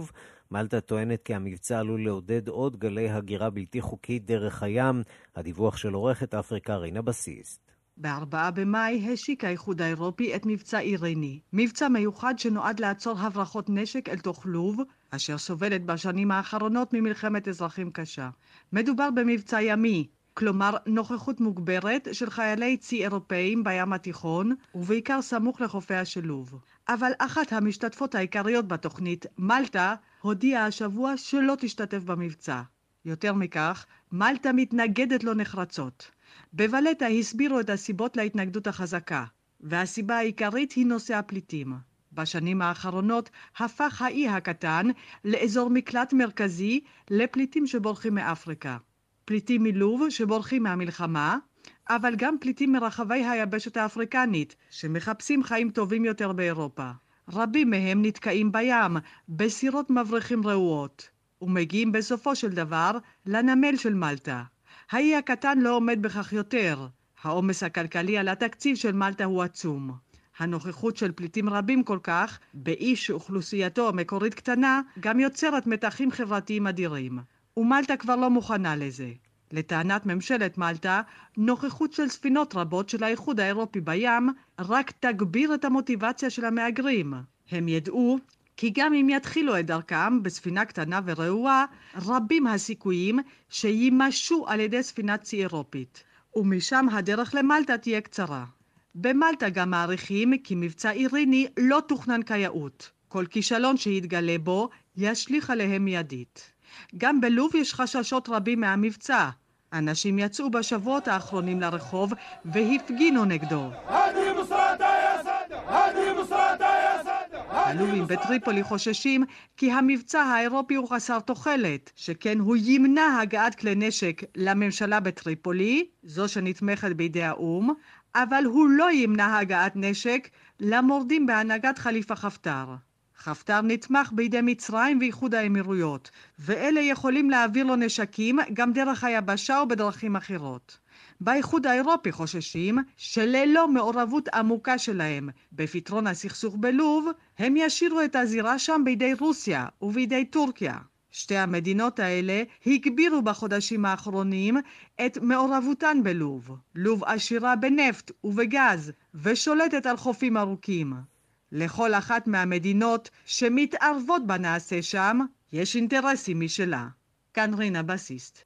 מלטה טוענת כי המבצע עלול לעודד עוד גלי הגירה בלתי חוקית דרך הים. הדיווח של עורכת אפריקה רינה בסיסט. ב4 במאי השיק האיחוד האירופי את מבצע אירני, מבצע מיוחד שנועד לעצור הברחות נשק אל תוך לוב, אשר סובלת בשנים האחרונות ממלחמת אזרחים קשה. מדובר במבצע ימי, כלומר נוכחות מוגברת של חיילי צי אירופאים בים התיכון, ובעיקר סמוך לחופיה של לוב. אבל אחת המשתתפות העיקריות בתוכנית, מלטה, הודיעה השבוע שלא תשתתף במבצע. יותר מכך, מלטה מתנגדת לו נחרצות. בוולטה הסבירו את הסיבות להתנגדות החזקה, והסיבה העיקרית היא נושא הפליטים. בשנים האחרונות הפך האי הקטן לאזור מקלט מרכזי לפליטים שבורחים מאפריקה. פליטים מלוב שבורחים מהמלחמה, אבל גם פליטים מרחבי היבשת האפריקנית שמחפשים חיים טובים יותר באירופה. רבים מהם נתקעים בים, בסירות מבריחים רעועות, ומגיעים בסופו של דבר לנמל של מלטה. האי הקטן לא עומד בכך יותר. העומס הכלכלי על התקציב של מלטה הוא עצום. הנוכחות של פליטים רבים כל כך, באי שאוכלוסייתו המקורית קטנה, גם יוצרת מתחים חברתיים אדירים. ומלטה כבר לא מוכנה לזה. לטענת ממשלת מלטה, נוכחות של ספינות רבות של האיחוד האירופי בים רק תגביר את המוטיבציה של המהגרים. הם ידעו כי גם אם יתחילו את דרכם בספינה קטנה ורעועה, רבים הסיכויים שימשו על ידי ספינת צי אירופית. ומשם הדרך למלטה תהיה קצרה. במלטה גם מעריכים כי מבצע אירני לא תוכנן כיאות. כל כישלון שיתגלה בו ישליך עליהם מיידית. גם בלוב יש חששות רבים מהמבצע. אנשים יצאו בשבועות האחרונים לרחוב והפגינו נגדו. הלובים בטריפולי חוששים כי המבצע האירופי הוא חסר תוחלת, שכן הוא ימנע הגעת כלי נשק לממשלה בטריפולי, זו שנתמכת בידי האום, אבל הוא לא ימנע הגעת נשק למורדים בהנהגת חליפה חפטר. חפטר נתמך בידי מצרים ואיחוד האמירויות, ואלה יכולים להעביר לו נשקים גם דרך היבשה או בדרכים אחרות. באיחוד האירופי חוששים שללא מעורבות עמוקה שלהם בפתרון הסכסוך בלוב, הם ישירו את הזירה שם בידי רוסיה ובידי טורקיה. שתי המדינות האלה הגבירו בחודשים האחרונים את מעורבותן בלוב. לוב עשירה בנפט ובגז ושולטת על חופים ארוכים. לכל אחת מהמדינות שמתערבות בנעשה שם, יש אינטרסים משלה. כאן רינה בסיסט.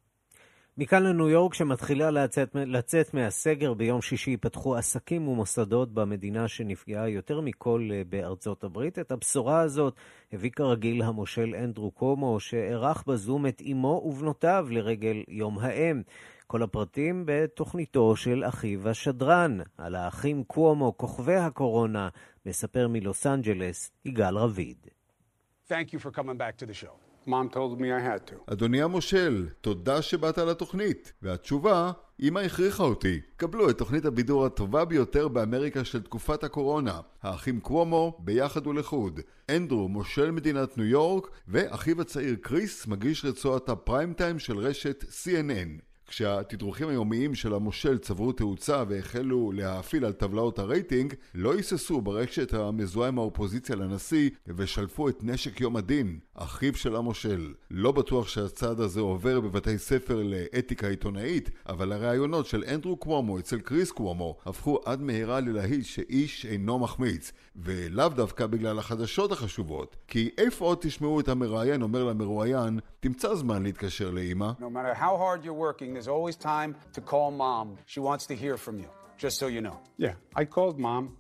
מכאן לניו יורק שמתחילה לצאת מהסגר. ביום שישי פתחו עסקים ומוסדות במדינה שנפגעה יותר מכל בארצות הברית. את הבשורה הזאת הביא כרגיל המושל אנדרו קומו, שערך בזום את אמו ובנותיו לרגל יום האם. כל הפרטים בתוכניתו של אחיו השדרן. על האחים קומו, כוכבי הקורונה, מספר מלוס אנג'לס, יגאל רביד. Thank you for coming back to the show. Mom told me I had to. אדוני המושל, תודה שבאת לתוכנית. והתשובה, אמא הכריחה אותי. קבלו את תוכנית הבידור הטובה ביותר באמריקה של תקופת הקורונה. האחים קוומו ביחד ולחוד. אנדרו, מושל מדינת ניו יורק, ואחיו הצעיר קריס, מגיש רצועת הפריים טיים של רשת CNN. כשהתדרוכים היומיים של המושל צברו תאוצה והחלו להאפיל על טבלאות הרייטינג, לא היססו ברשת המזוהה עם האופוזיציה לנשיא ושלפו את נשק יום הדין, אחיו של המושל. לא בטוח שהצעד הזה עובר בבתי ספר לאתיקה עיתונאית, אבל הרעיונות של אנדרו קוומו אצל קריס קוומו הפכו עד מהרה ללהיט שאיש אינו מחמיץ, ולאו דווקא בגלל החדשות החשובות. כי איפה עוד תשמעו את המראיין אומר למרואיין, תמצא זמן להתקשר לאמא. No matter how hard you're working, there's always time to call mom. She wants to hear from you, just so you know. Yeah, I called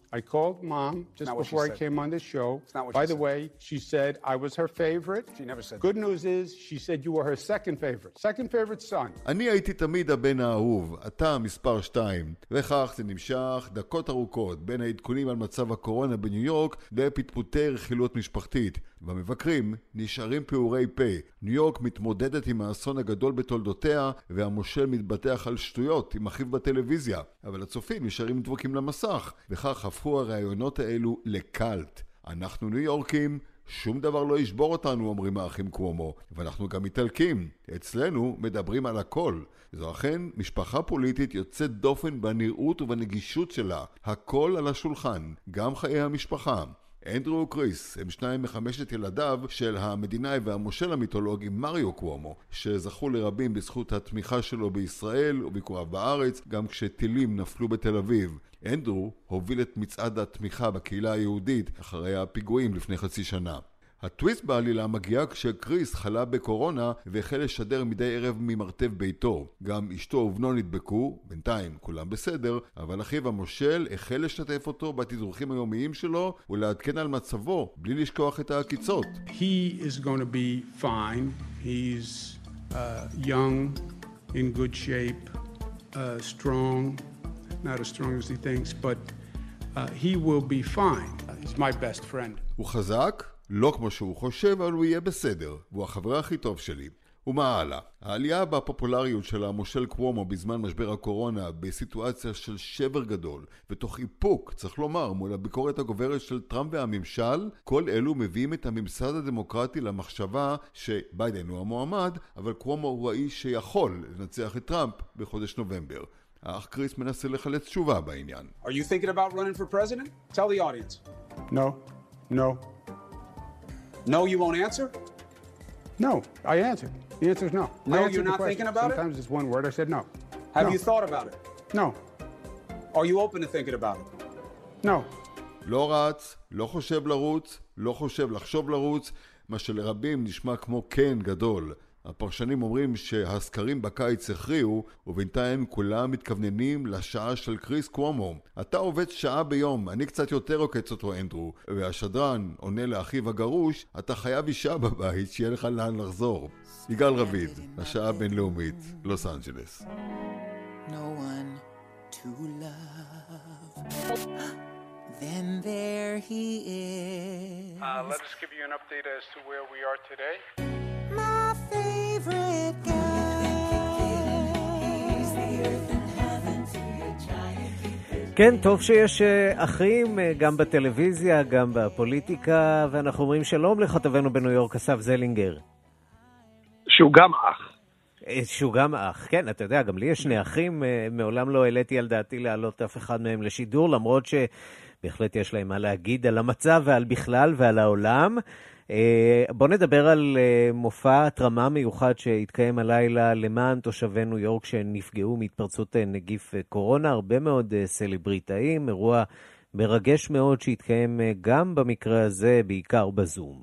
mom just before I came on this show. By the way, she said I was her favorite. She never said that. Good news is, she said you were her second favorite son. אני הייתי תמיד הבן האהוב, אתה מספר 2. וכך זה נמשך דקות ארוכות בין העדכונים על מצב הקורונה בניו יורק לפטפוטי רכילות משפחתית. והמבקרים נשארים פעורי פה. ניו יורק מתמודדת עם האסון הגדול בתולדותיה, והמושל מתבטח על שטויות עם אחיו בטלוויזיה. אבל הצופים נשארים דבוקים למסך, וכך הפכו הרעיונות האלו לקלט. אנחנו ניו יורקים, שום דבר לא ישבור אותנו, אומרים האחים קוומו, ואנחנו גם איטלקים. אצלנו מדברים על הכל. זו אכן משפחה פוליטית יוצאת דופן בנראות ובנגישות שלה. הכל על השולחן, גם חיי המשפחה. אנדרו וקריס הם שניים מחמשת ילדיו של המדינאי והמושל המיתולוגי מריו קוומו, שזכו לרבים בזכות התמיכה שלו בישראל וביקוריו בארץ, גם כשטילים נפלו בתל אביב. אנדרו הוביל את מצעד התמיכה בקהילה היהודית אחרי הפיגועים לפני חצי שנה. הטוויסט בעלילה מגיע כשקריס חלה בקורונה והחל לשדר מדי ערב ממרתף ביתו. גם אשתו ובנו נדבקו, בינתיים כולם בסדר, אבל אחיו המושל החל לשתף אותו בתדרוכים היומיים שלו ולעדכן על מצבו בלי לשכוח את העקיצות. He is going to be fine. He's young, in good shape, strong, not as strong as he thinks, but he will be fine. He's my best friend. הוא חזק? לא כמו שהוא חושב, אבל הוא יהיה בסדר, והוא החבר הכי טוב שלי. ומה הלאה? העלייה בפופולריות של המושל קוומו בזמן משבר הקורונה בסיטואציה של שבר גדול, ותוך איפוק, צריך לומר, מול הביקורת הגוברת של טראמפ והממשל, כל אלו מביאים את הממסד הדמוקרטי למחשבה שביידן הוא המועמד, אבל קוומו הוא האיש שיכול לנצח את טראמפ בחודש נובמבר. האח קריס מנסה לחלץ תשובה בעניין. Are you thinking about running for president? Tell the audience. No. No, you won't answer? No, I answered. The answer is no. No, you're not thinking about it? Sometimes it's one word. I said no. Have you thought about it? No. Are you open to thinking about it? No. לא רץ, לא חושב לרוץ, לא חושב לחשוב לרוץ, מה שלרבים נשמע כמו כן גדול. הפרשנים אומרים שהסקרים בקיץ הכריעו, ובינתיים כולם מתכווננים לשעה של קריס קוומו. אתה עובד שעה ביום, אני קצת יותר עוקץ אותו אנדרו, והשדרן עונה לאחיו הגרוש, אתה חייב אישה בבית שיהיה לך לאן לחזור. יגאל רביד, השעה הבינלאומית, לוס אנג'לס. No one to love. Then there he is. Let us give you an update as to where we are today. My favorite guy. He's the earth and heaven to your giant. כן, טוב שיש אחים גם בטלוויזיה, גם בפוליטיקה, ואנחנו אומרים שלום לכתבנו בניו יורק, אסף זלינגר. שהוא גם אח. שהוא גם אח, כן, אתה יודע, גם לי יש שני אחים, מעולם לא העליתי על דעתי להעלות אף אחד מהם לשידור, למרות שבהחלט יש להם מה להגיד על המצב ועל בכלל ועל העולם. בוא נדבר על מופע התרמה מיוחד שהתקיים הלילה למען תושבי ניו יורק שנפגעו מהתפרצות נגיף קורונה, הרבה מאוד סלבריטאים, אירוע מרגש מאוד שהתקיים גם במקרה הזה, בעיקר בזום.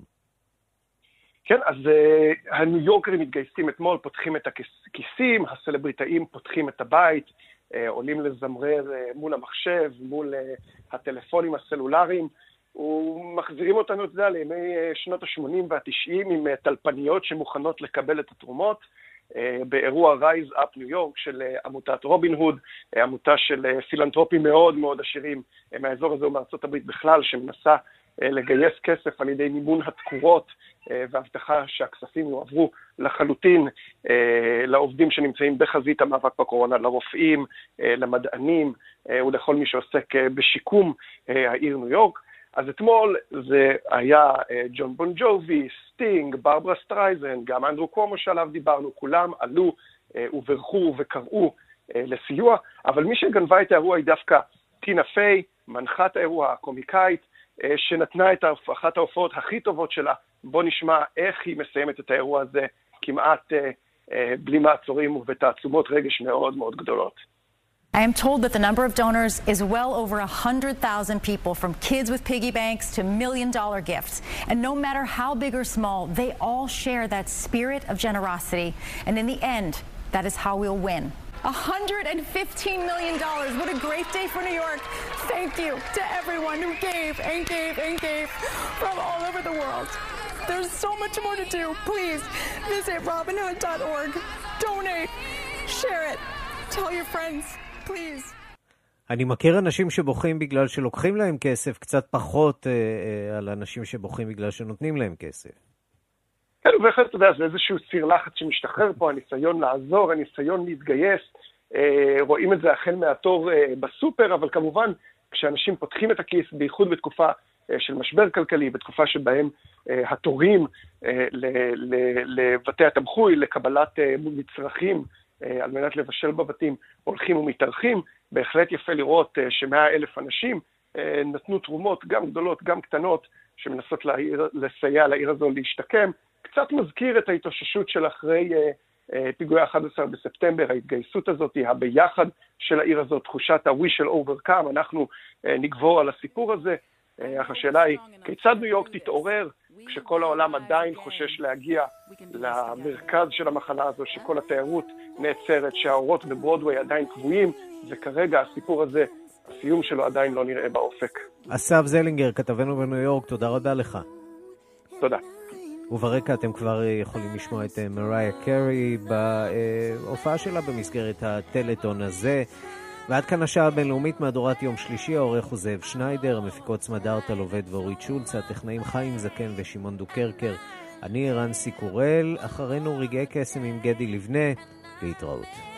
כן, אז הניו יורקרים מתגייסים אתמול, פותחים את הכיסים, הסלבריטאים פותחים את הבית, עולים לזמרר מול המחשב, מול הטלפונים הסלולריים, ומחזירים אותנו, אתה יודע, לימי שנות ה-80 וה-90 עם טלפניות שמוכנות לקבל את התרומות, באירוע Rise Up New York של עמותת רובין הוד, עמותה של פילנטרופים מאוד מאוד עשירים מהאזור הזה ומארצות הברית בכלל, שמנסה לגייס כסף על ידי מימון התקורות והבטחה שהכספים יועברו לחלוטין לעובדים שנמצאים בחזית המאבק בקורונה, לרופאים, למדענים ולכל מי שעוסק בשיקום העיר ניו יורק. אז אתמול זה היה ג'ון בון ג'ובי, סטינג, ברברה סטרייזן, גם אנדרו קוומו שעליו דיברנו, כולם עלו וברכו וקראו לסיוע, אבל מי שגנבה את האירוע היא דווקא טינה פיי, מנחת האירוע, הקומיקאית, שנתנה את אחת ההופעות הכי טובות שלה. בוא נשמע איך היא מסיימת את האירוע הזה כמעט בלי מעצורים ובתעצומות רגש מאוד מאוד גדולות. I am told that the number of donors is well over 100,000 people, from kids with piggy banks to million-dollar gifts. And no matter how big or small, they all share that spirit of generosity. And in the end, that is how we'll win. $115 million. What a great day for New York. Thank you to everyone who gave and gave and gave from all over the world. There's so much more to do. Please visit robinhood.org. Donate. Share it. Tell your friends. Please. אני מכיר אנשים שבוכים בגלל שלוקחים להם כסף, קצת פחות על אנשים שבוכים בגלל שנותנים להם כסף. כן, ובהחלט, אתה יודע, זה איזשהו סיר לחץ שמשתחרר פה, הניסיון לעזור, הניסיון להתגייס, רואים את זה החל מהתור בסופר, אבל כמובן, כשאנשים פותחים את הכיס, בייחוד בתקופה של משבר כלכלי, בתקופה שבהם התורים לבתי התמחוי, לקבלת מצרכים, על מנת לבשל בבתים, הולכים ומתארחים, בהחלט יפה לראות ש100,000 אנשים נתנו תרומות גם גדולות, גם קטנות, שמנסות לסייע לעיר הזו להשתקם. קצת מזכיר את ההתאוששות של אחרי פיגועי 11 בספטמבר, ההתגייסות הזאת, הביחד של העיר הזאת, תחושת ה-we shall overcome, אנחנו נגבור על הסיפור הזה. השאלה היא, כיצד ניו יורק תתעורר כשכל העולם עדיין חושש להגיע למרכז של המחלה הזו, שכל התיירות נעצרת, שהאורות בברודווי עדיין קבועים, וכרגע הסיפור הזה, הסיום שלו עדיין לא נראה באופק. אסף זלינגר, כתבנו בניו יורק, תודה רבה לך. תודה. וברקע אתם כבר יכולים לשמוע את מריה קרי בהופעה שלה במסגרת הטלטון הזה. ועד כאן השעה הבינלאומית מהדורת יום שלישי, העורך הוא זאב שניידר, המפיקות סמדארטה לובד ואורית שולץ, הטכנאים חיים זקן ושמעון דוקרקר. אני ערן סיקורל, אחרינו רגעי קסם עם גדי לבנה, להתראות.